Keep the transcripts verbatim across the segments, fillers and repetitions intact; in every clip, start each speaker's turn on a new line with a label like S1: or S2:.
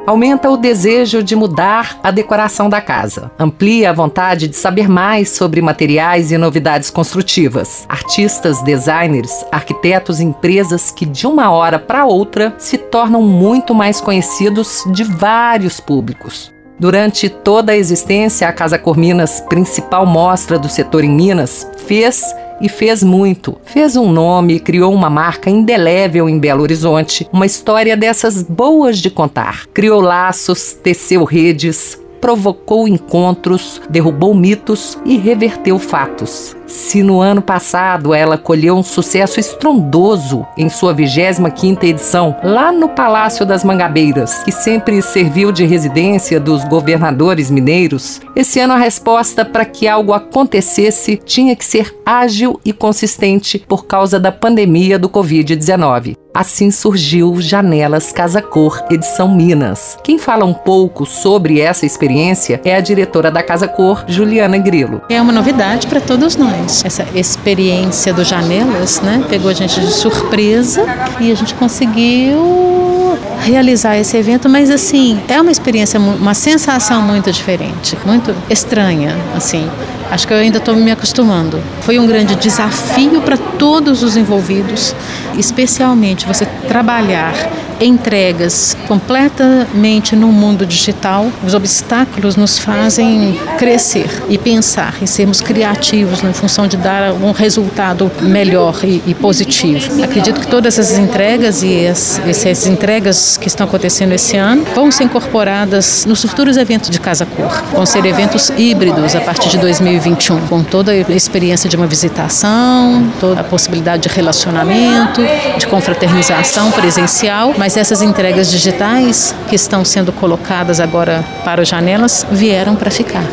S1: Aumenta o desejo de mudar a decoração da casa. Amplia a vontade de saber mais sobre materiais e novidades construtivas. Artistas, designers, arquitetos e empresas que de uma hora para outra se tornam muito mais conhecidos de vários públicos. Durante toda a existência, a Casa Cor Minas, principal mostra do setor em Minas, fez e fez muito. Fez um nome, criou uma marca indelével em Belo Horizonte, uma história dessas boas de contar. Criou laços, teceu redes, provocou encontros, derrubou mitos e reverteu fatos. Se no ano passado ela colheu um sucesso estrondoso em sua vigésima quinta edição, lá no Palácio das Mangabeiras, que sempre serviu de residência dos governadores mineiros, esse ano a resposta para que algo acontecesse tinha que ser ágil e consistente por causa da pandemia do covid dezenove. Assim surgiu Janelas Casa Cor, edição Minas. Quem fala um pouco sobre essa experiência é a diretora da Casa Cor, Juliana Grilo.
S2: É uma novidade para todos nós. Essa experiência do Janelas, né, pegou a gente de surpresa e a gente conseguiu realizar esse evento, mas assim, é uma experiência, uma sensação muito diferente, muito estranha, assim. Acho que eu ainda estou me acostumando. Foi um grande desafio para todos os envolvidos, especialmente você trabalhar entregas completamente no mundo digital. Os obstáculos nos fazem crescer e pensar e sermos criativos em função de dar um resultado melhor e, e positivo. Acredito que todas essas entregas e as, essas entregas que estão acontecendo esse ano vão ser incorporadas nos futuros eventos de Casa Cor. Vão ser eventos híbridos a partir de dois mil e vinte e um, com toda a experiência de uma visitação, toda a possibilidade de relacionamento, de confraternização presencial, mas essas entregas digitais que estão sendo colocadas agora para as Janelas vieram para ficar.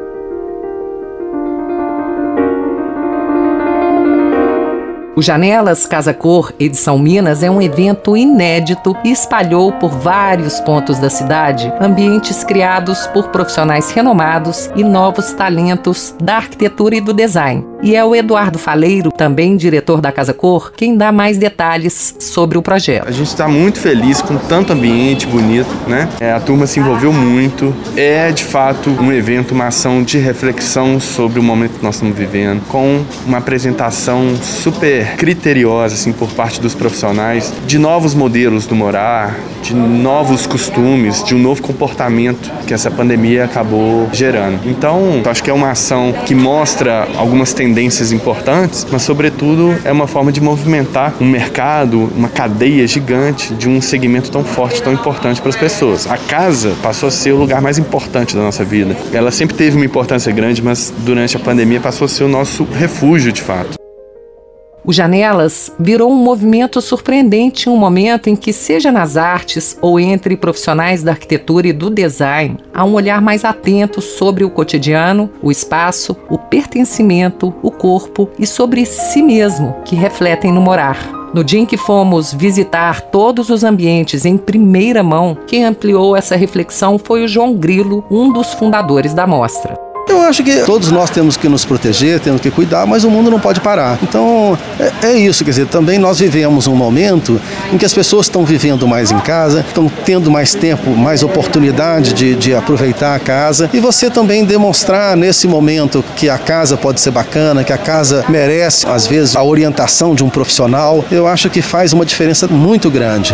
S1: O Janelas Casa Cor, edição Minas, é um evento inédito e espalhou por vários pontos da cidade ambientes criados por profissionais renomados e novos talentos da arquitetura e do design. E é o Eduardo Faleiro, também diretor da Casa Cor, quem dá mais detalhes sobre o projeto.
S3: A gente está muito feliz com tanto ambiente bonito, né? É, a turma se envolveu muito. É, de fato, um evento, uma ação de reflexão sobre o momento que nós estamos vivendo, com uma apresentação super criteriosa, assim, por parte dos profissionais, de novos modelos do morar, de novos costumes, de um novo comportamento que essa pandemia acabou gerando. Então, acho que é uma ação que mostra algumas tendências importantes, mas, sobretudo, é uma forma de movimentar um mercado, uma cadeia gigante de um segmento tão forte, tão importante para as pessoas. A casa passou a ser o lugar mais importante da nossa vida. Ela sempre teve uma importância grande, mas durante a pandemia passou a ser o nosso refúgio, de fato.
S1: O Janelas virou um movimento surpreendente em um momento em que, seja nas artes ou entre profissionais da arquitetura e do design, há um olhar mais atento sobre o cotidiano, o espaço, o pertencimento, o corpo e sobre si mesmo, que refletem no morar. No dia em que fomos visitar todos os ambientes em primeira mão, quem ampliou essa reflexão foi o João Grilo, um dos fundadores da mostra.
S4: Eu acho que todos nós temos que nos proteger, temos que cuidar, mas o mundo não pode parar. Então, é, é isso, quer dizer, também nós vivemos um momento em que as pessoas estão vivendo mais em casa, estão tendo mais tempo, mais oportunidade de, de aproveitar a casa, e você também demonstrar nesse momento que a casa pode ser bacana, que a casa merece, às vezes, a orientação de um profissional, eu acho que faz uma diferença muito grande.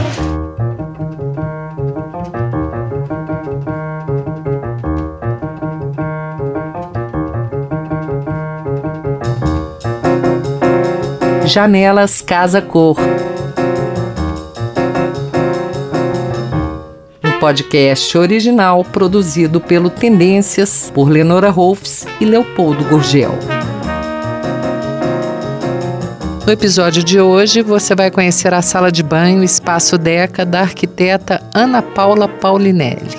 S1: Janelas Casa Cor. Um podcast original produzido pelo Tendências, por Lenora Rolfs e Leopoldo Gurgel. No episódio de hoje, você vai conhecer a sala de banho Espaço Deca da arquiteta Ana Paula Paulinelli.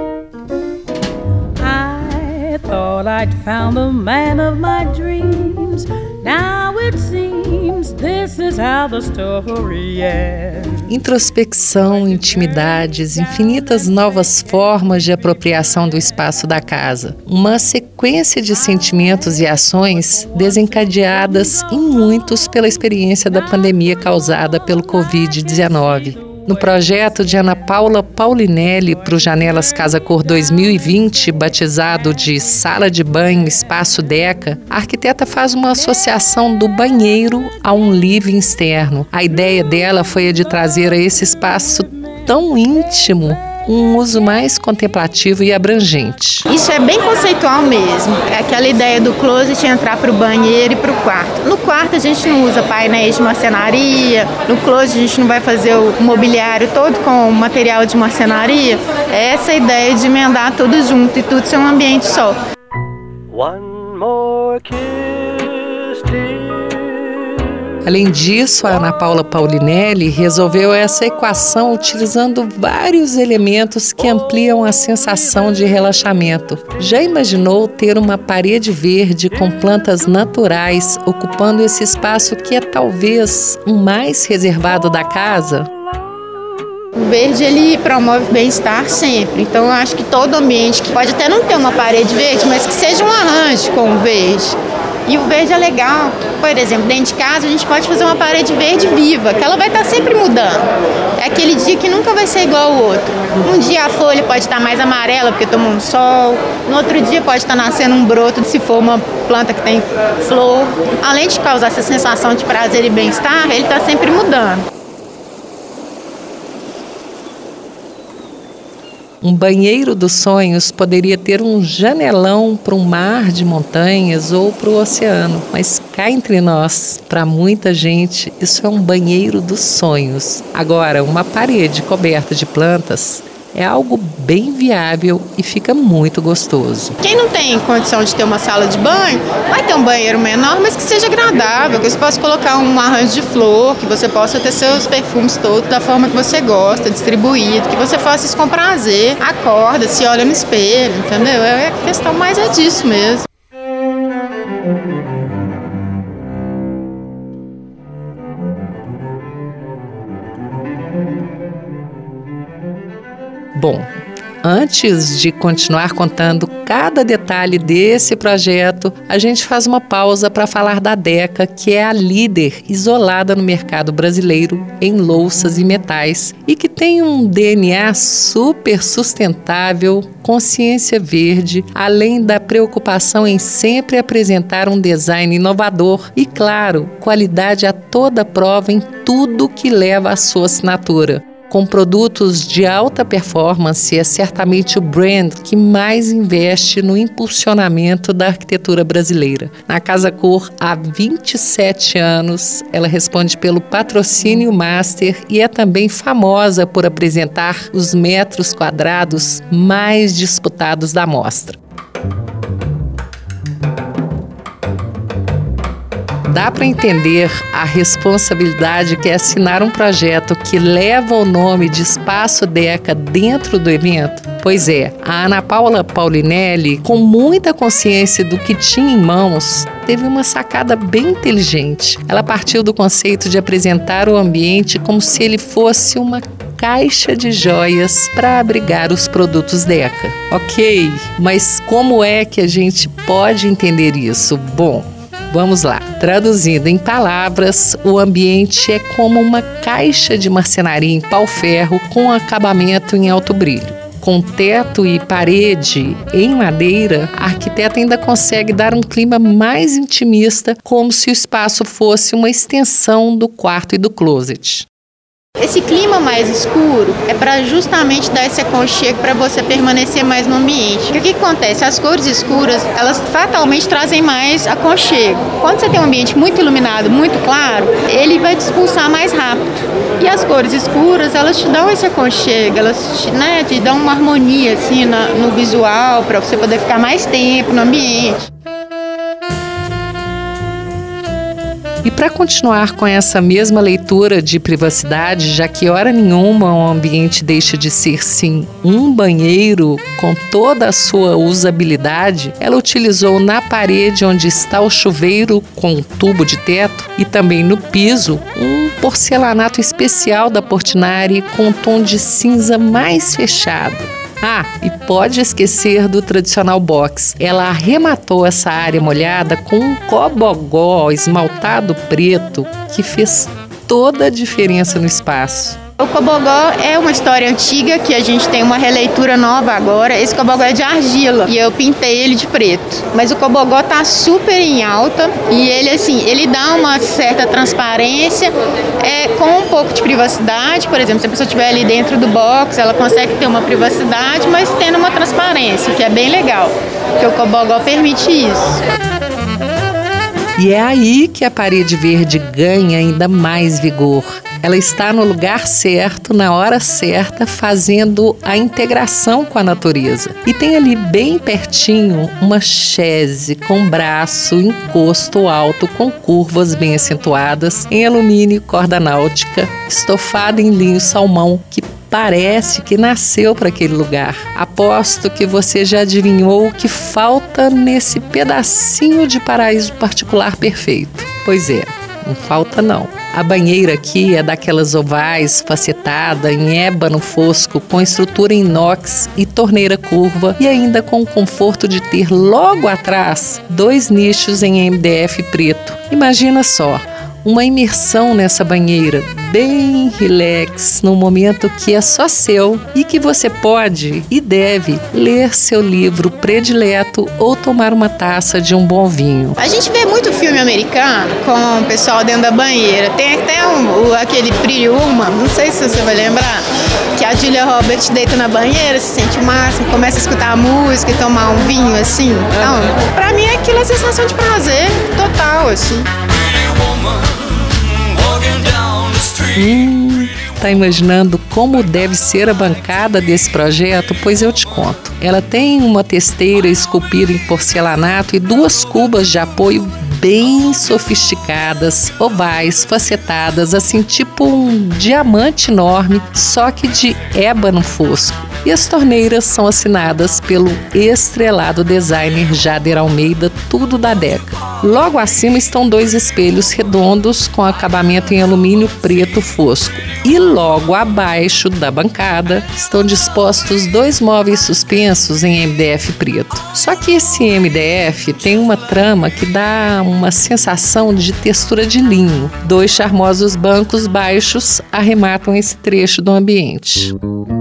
S5: I'd found the man of my dreams. dreams. Now it seems this is how the story ends.
S1: Introspecção, intimidades, infinitas novas formas de apropriação do espaço da casa. Uma sequência de sentimentos e ações desencadeadas em muitos pela experiência da pandemia causada pelo covid dezenove. No projeto de Ana Paula Paulinelli para o Janelas Casa Cor dois mil e vinte, batizado de Sala de Banho Espaço Deca, a arquiteta faz uma associação do banheiro a um living externo. A ideia dela foi a de trazer a esse espaço tão íntimo um uso mais contemplativo e abrangente.
S6: Isso é bem conceitual mesmo. É aquela ideia do closet entrar para o banheiro e para o quarto. No quarto a gente não usa painéis de marcenaria, no closet a gente não vai fazer o mobiliário todo com material de marcenaria. É essa ideia de emendar tudo junto e tudo ser um ambiente só.
S7: One more kiss, dear.
S1: Além disso, a Ana Paula Paulinelli resolveu essa equação utilizando vários elementos que ampliam a sensação de relaxamento. Já imaginou ter uma parede verde com plantas naturais ocupando esse espaço que é talvez o mais reservado da casa?
S6: O verde, ele promove bem-estar sempre. Então, eu acho que todo ambiente, que pode até não ter uma parede verde, mas que seja um arranjo com o verde. E o verde é legal. Por exemplo, dentro de casa a gente pode fazer uma parede verde viva, que ela vai estar sempre mudando. É aquele dia que nunca vai ser igual ao outro. Um dia a folha pode estar mais amarela porque tomou um sol. No outro dia pode estar nascendo um broto se for uma planta que tem flor. Além de causar essa sensação de prazer e bem-estar, ele está sempre mudando.
S1: Um banheiro dos sonhos poderia ter um janelão para um mar de montanhas ou para o oceano. Mas cá entre nós, para muita gente, isso é um banheiro dos sonhos. Agora, uma parede coberta de plantas é algo bem viável e fica muito gostoso.
S6: Quem não tem condição de ter uma sala de banho, vai ter um banheiro menor, mas que seja agradável, que você possa colocar um arranjo de flor, que você possa ter seus perfumes todos da forma que você gosta, distribuído, que você faça isso com prazer, acorda, se olha no espelho, entendeu? É a questão mais é disso mesmo.
S1: Bom, antes de continuar contando cada detalhe desse projeto, a gente faz uma pausa para falar da Deca, que é a líder isolada no mercado brasileiro em louças e metais e que tem um D N A super sustentável, consciência verde, além da preocupação em sempre apresentar um design inovador e, claro, qualidade a toda prova em tudo que leva a sua assinatura. Com produtos de alta performance, é certamente o brand que mais investe no impulsionamento da arquitetura brasileira. Na Casa Cor, há vinte e sete anos, ela responde pelo patrocínio master e é também famosa por apresentar os metros quadrados mais disputados da mostra. Dá para entender a responsabilidade que é assinar um projeto que leva o nome de Espaço Deca dentro do evento? Pois é, a Ana Paula Paulinelli, com muita consciência do que tinha em mãos, teve uma sacada bem inteligente. Ela partiu do conceito de apresentar o ambiente como se ele fosse uma caixa de joias para abrigar os produtos Deca. Ok, mas como é que a gente pode entender isso? Bom, vamos lá. Traduzindo em palavras, o ambiente é como uma caixa de marcenaria em pau-ferro com acabamento em alto brilho. Com teto e parede em madeira, a arquiteta ainda consegue dar um clima mais intimista, como se o espaço fosse uma extensão do quarto e do closet.
S6: Esse clima mais escuro é para justamente dar esse aconchego para você permanecer mais no ambiente. Porque o que acontece? As cores escuras, elas fatalmente trazem mais aconchego. Quando você tem um ambiente muito iluminado, muito claro, ele vai te expulsar mais rápido. E as cores escuras, elas te dão esse aconchego, elas te, né, te dão uma harmonia assim, na, no visual, para você poder ficar mais tempo no ambiente.
S1: E para continuar com essa mesma leitura de privacidade, já que hora nenhuma o ambiente deixa de ser sim um banheiro com toda a sua usabilidade, ela utilizou na parede onde está o chuveiro com um tubo de teto e também no piso um porcelanato especial da Portinari com um tom de cinza mais fechado. Ah, e pode esquecer do tradicional box. Ela arrematou essa área molhada com um cobogó esmaltado preto que fez toda a diferença no espaço.
S6: O cobogó é uma história antiga que a gente tem uma releitura nova agora. Esse cobogó é de argila e eu pintei ele de preto. Mas o cobogó tá super em alta e ele assim, ele dá uma certa transparência é, com um pouco de privacidade. Por exemplo, se a pessoa estiver ali dentro do box, ela consegue ter uma privacidade, mas tendo uma transparência, que é bem legal, porque o cobogó permite isso.
S1: E é aí que a parede verde ganha ainda mais vigor. Ela está no lugar certo, na hora certa, fazendo a integração com a natureza. E tem ali bem pertinho uma chaise com braço encosto alto com curvas bem acentuadas em alumínio e corda náutica, estofada em linho salmão, que parece que nasceu para aquele lugar. Aposto que você já adivinhou o que falta nesse pedacinho de paraíso particular perfeito. Pois é, não falta não. A banheira aqui é daquelas ovais, facetada, em ébano fosco, com estrutura em inox e torneira curva e ainda com o conforto de ter logo atrás dois nichos em M D F preto. Imagina só, uma imersão nessa banheira, bem relax, num momento que é só seu e que você pode e deve ler seu livro predileto ou tomar uma taça de um bom vinho.
S6: A gente vê muito filme americano com o pessoal dentro da banheira. Tem até um, o, aquele Pretty Woman, não sei se você vai lembrar, que a Julia Roberts deita na banheira, se sente o máximo, começa a escutar a música e tomar um vinho, assim. Então, pra mim aquilo é sensação de prazer total, assim.
S1: Hum, tá imaginando como deve ser a bancada desse projeto? Pois eu te conto. Ela tem uma testeira esculpida em porcelanato e duas cubas de apoio bem sofisticadas, ovais, facetadas, assim tipo um diamante enorme, só que de ébano fosco. E as torneiras são assinadas pelo estrelado designer Jader Almeida, tudo da Deca. Logo acima estão dois espelhos redondos com acabamento em alumínio preto fosco. E logo abaixo da bancada estão dispostos dois móveis suspensos em M D F preto. Só que esse M D F tem uma trama que dá uma sensação de textura de linho. Dois charmosos bancos baixos arrematam esse trecho do ambiente.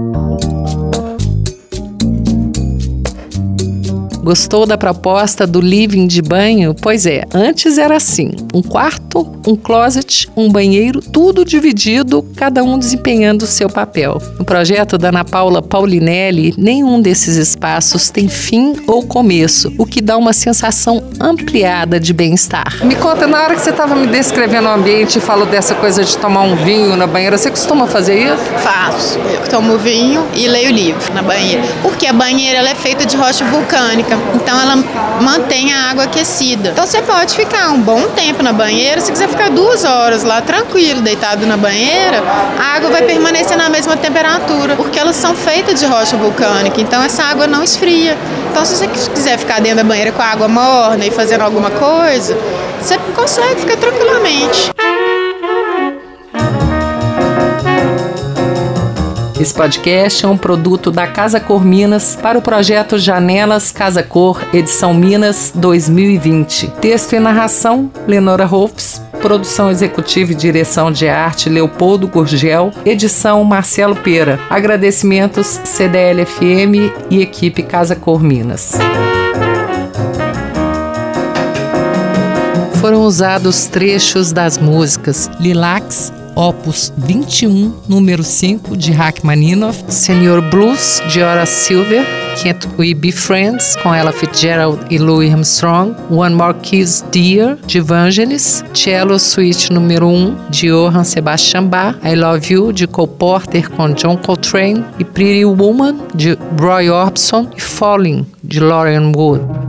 S1: Gostou da proposta do living de banho? Pois é, antes era assim, um quarto, um closet, um banheiro, tudo dividido, cada um desempenhando o seu papel. No projeto da Ana Paula Paulinelli, nenhum desses espaços tem fim ou começo, o que dá uma sensação ampliada de bem-estar. Me conta, na hora que você estava me descrevendo o ambiente e falou dessa coisa de tomar um vinho na banheira, você costuma fazer isso?
S6: Faço. Eu tomo vinho e leio livro na banheira. Porque a banheira ela é feita de rocha vulcânica. Então ela mantém a água aquecida. Então você pode ficar um bom tempo na banheira. Se quiser ficar duas horas lá tranquilo, deitado na banheira, a água vai permanecer na mesma temperatura, porque elas são feitas de rocha vulcânica. Então essa água não esfria. Então se você quiser ficar dentro da banheira com a água morna e fazendo alguma coisa, você consegue ficar tranquilamente.
S1: Esse podcast é um produto da Casa Cor Minas para o projeto Janelas Casa Cor, edição Minas dois mil e vinte. Texto e narração, Lenora Rolfs. Produção executiva e direção de arte, Leopoldo Gurgel. Edição, Marcelo Pera. Agradecimentos, C D L F M e equipe Casa Cor Minas. Foram usados trechos das músicas Lilacs, Opus vinte e um, número cinco, de Rachmaninoff, Senior Blues, de Horace Silver, Can't We Be Friends, com Ella Fitzgerald e Louis Armstrong, One More Kiss Dear, de Vangelis, Cello Suite número um, de Johann Sebastian Bach, I Love You, de Cole Porter, com John Coltrane, e Pretty Woman, de Roy Orbison, e Falling, de Lauren Wood.